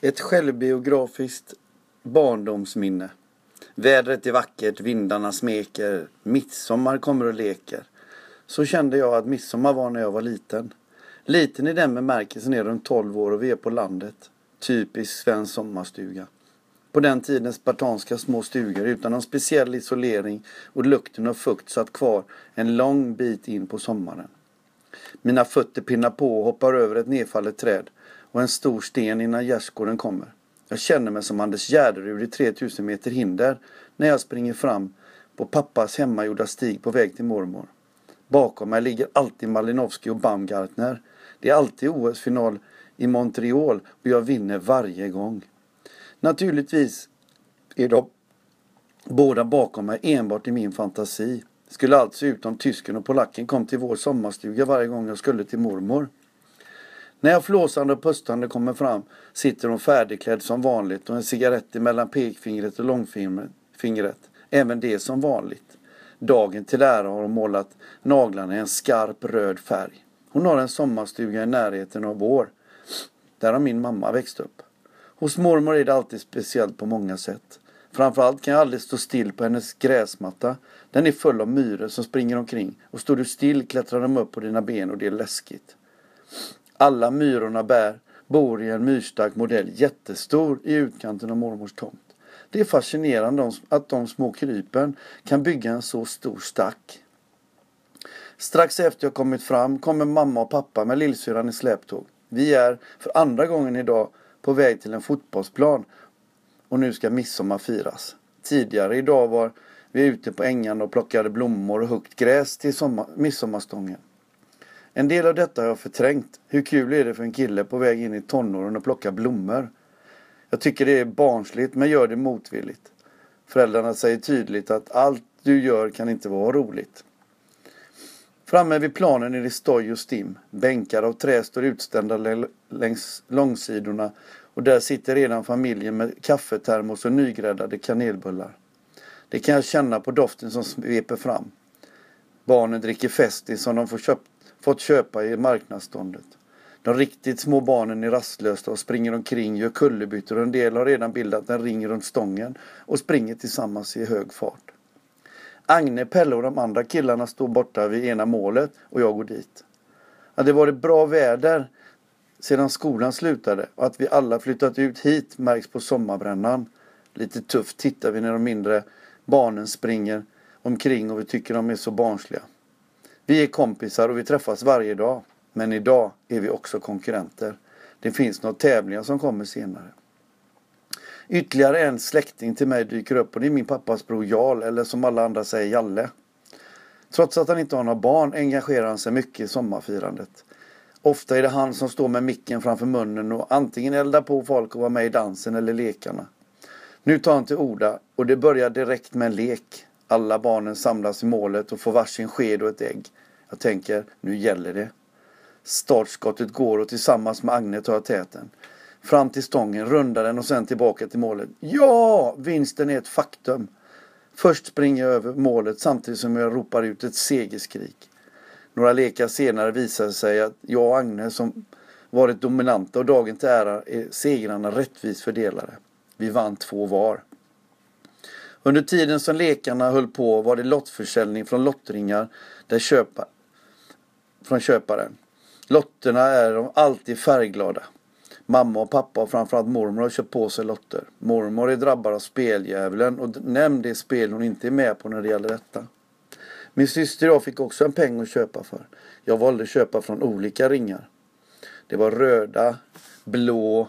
Ett självbiografiskt barndomsminne. Vädret är vackert, vindarna smeker, midsommar kommer och leker. Så kände jag att midsommar var när jag var liten. Liten i den bemärkelsen är runt 12 år och vi är på landet. Typisk svensk sommarstuga. På den tiden spartanska små stugor utan någon speciell isolering och lukten av fukt satt kvar en lång bit in på sommaren. Mina fötter pinnar på och hoppar över ett nedfallet träd och en stor sten innan gärdsgården kommer. Jag känner mig som Anders Gärderud i 3000 meter hinder när jag springer fram på pappas hemmagjorda stig på väg till mormor. Bakom mig ligger alltid Malinowski och Baumgartner. Det är alltid OS-final i Montreal och jag vinner varje gång. Naturligtvis är de båda bakom mig enbart i min fantasi. Det skulle alltså se ut om tysken och polacken kom till vår sommarstuga varje gång jag skulle till mormor. När jag flåsande och pustande kommer fram sitter hon färdigklädd som vanligt och en cigarett mellan pekfingret och långfingret. Även det som vanligt. Dagen till ära har hon målat naglarna i en skarp röd färg. Hon har en sommarstuga i närheten av vår. Där har min mamma växt upp. Hos mormor är det alltid speciellt på många sätt. Framförallt kan jag aldrig stå still på hennes gräsmatta. Den är full av myror som springer omkring. Och står du still klättrar de upp på dina ben och det är läskigt. Alla myrorna bor i en myrstark modell, jättestor i utkanten av mormors tomt. Det är fascinerande att de små krypen kan bygga en så stor stack. Strax efter jag kommit fram kommer mamma och pappa med lillsyran i släptåg. Vi är för andra gången idag på väg till en fotbollsplan och nu ska midsommar firas. Tidigare idag var vi ute på ängen och plockade blommor och huggit gräs till midsommarstången. En del av detta har jag förträngt. Hur kul är det för en kille på väg in i tonåren och plocka blommor? Jag tycker det är barnsligt men gör det motvilligt. Föräldrarna säger tydligt att allt du gör kan inte vara roligt. Framme vid planen är det stoj och stim. Bänkar av trä står utställda längs långsidorna och där sitter redan familjen med kaffetermos och nygräddade kanelbullar. Det kan jag känna på doften som sveper fram. Barnen dricker Festi som de fått köpa i marknadsståndet. De riktigt små barnen är rastlösa och springer omkring, gör kullerbyttor och en del har redan bildat en ring runt stången och springer tillsammans i hög fart. Agne, Pelle och de andra killarna står borta vid ena målet och jag går dit. Att det varit bra väder sedan skolan slutade och att vi alla flyttat ut hit märks på sommarbrännan. Lite tufft tittar vi när de mindre barnen springer omkring och vi tycker de är så barnsliga. Vi är kompisar och vi träffas varje dag. Men idag är vi också konkurrenter. Det finns några tävlingar som kommer senare. Ytterligare en släkting till mig dyker upp och det är min pappas bror Jarl, eller som alla andra säger Jalle. Trots att han inte har några barn engagerar han sig mycket i sommarfirandet. Ofta är det han som står med micken framför munnen och antingen eldar på folk och var med i dansen eller lekarna. Nu tar han till orda och det börjar direkt med en lek. Alla barnen samlas i målet och får varsin sked och ett ägg. Jag tänker, nu gäller det. Startskottet går och tillsammans med Agne tar jag täten. Fram till stången, rundar den och sen tillbaka till målet. Ja, vinsten är ett faktum. Först springer jag över målet samtidigt som jag ropar ut ett segerskrik. Några lekar senare visar det sig att jag och Agne som varit dominanta och dagen till ära är segrarna rättvist fördelade. Vi vann 2 var. Under tiden som lekarna höll på var det lottförsäljning från lottringar från köparen. Lotterna är de alltid färgglada. Mamma och pappa och framförallt mormor har köpt på sig lotter. Mormor är drabbad av speldjävulen och nämn det spel hon inte är med på när det gäller detta. Min syster och jag fick också en peng att köpa för. Jag valde att köpa från olika ringar. Det var röda, blå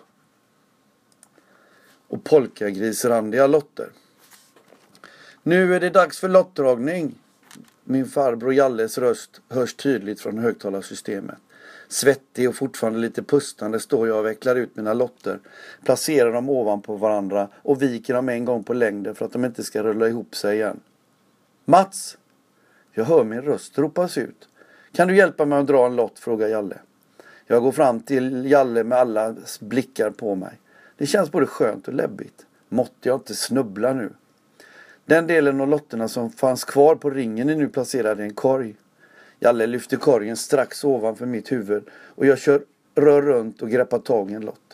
och polkagrisrandiga lotter. Nu är det dags för lottdragning. Min farbror Jalles röst hörs tydligt från högtalarsystemet. Svettig och fortfarande lite pustande står jag och vecklar ut mina lotter. Placerar dem ovanpå varandra och viker dem en gång på längden för att de inte ska rulla ihop sig igen. Mats! Jag hör min röst ropas ut. Kan du hjälpa mig att dra en lott, frågar Jalle. Jag går fram till Jalle med alla blickar på mig. Det känns både skönt och läbbigt. Måtte jag inte snubbla nu. Den delen av lotterna som fanns kvar på ringen är nu placerad i en korg. Jalle lyfter korgen strax ovanför mitt huvud och jag rör runt och greppar tag i en lott.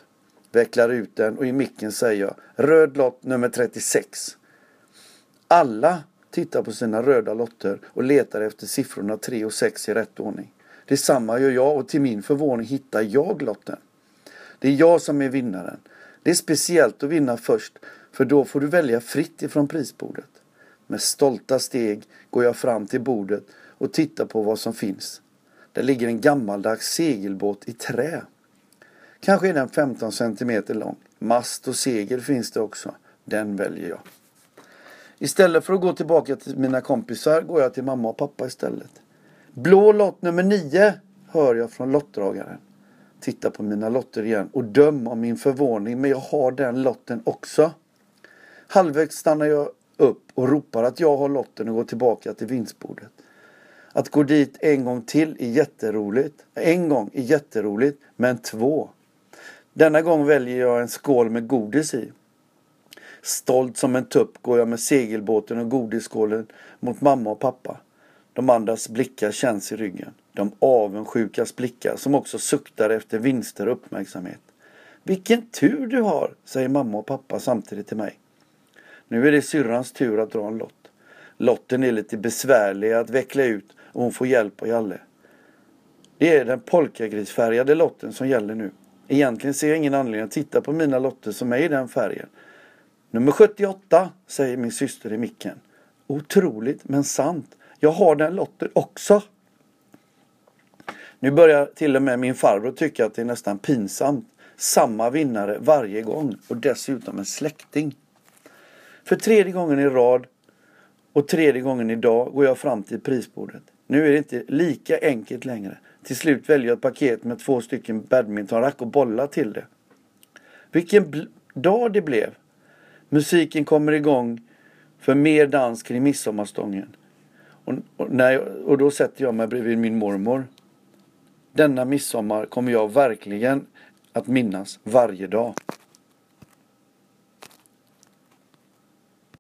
vecklar ut den och i micken säger jag röd lott nummer 36. Alla tittar på sina röda lotter och letar efter siffrorna 3 och 6 i rätt ordning. Detsamma gör jag och till min förvåning hittar jag lotten. Det är jag som är vinnaren. Det är speciellt att vinna först, för då får du välja fritt ifrån prisbordet. Med stolta steg går jag fram till bordet och tittar på vad som finns. Där ligger en gammaldags segelbåt i trä. Kanske är den 15 cm lång. Mast och segel finns det också. Den väljer jag. Istället för att gå tillbaka till mina kompisar går jag till mamma och pappa istället. Blå lott nummer 9 hör jag från lottdragaren. Titta på mina lotter igen och döm om min förvåning, men jag har den lotten också. Halvvägs stannar jag upp och ropar att jag har lotten och går tillbaka till vinstbordet. Att gå dit en gång till är jätteroligt. En gång är jätteroligt, men 2. Denna gång väljer jag en skål med godis i. Stolt som en tupp går jag med segelbåten och godisskålen mot mamma och pappa. De andras blickar känns i ryggen. De avundsjukas blickar som också suktar efter vinster och uppmärksamhet. Vilken tur du har, säger mamma och pappa samtidigt till mig. Nu är det syrrans tur att dra en lott. Lotten är lite besvärlig att veckla ut och hon får hjälp av Jalle. Det är den polkagrisfärgade lotten som gäller nu. Egentligen ser jag ingen anledning att titta på mina lotter som är i den färgen. Nummer 78, säger min syster i micken. Otroligt men sant. Jag har den lotten också. Nu börjar till och med min farbror tycka att det är nästan pinsamt. Samma vinnare varje gång och dessutom en släkting. För 3:e gången i rad och 3:e gången idag går jag fram till prisbordet. Nu är det inte lika enkelt längre. Till slut väljer jag ett paket med 2 stycken badmintonrack och bollar till det. Vilken dag det blev. Musiken kommer igång för mer dans kring midsommarstången. Och då sätter jag mig bredvid min mormor. Denna midsommar kommer jag verkligen att minnas varje dag.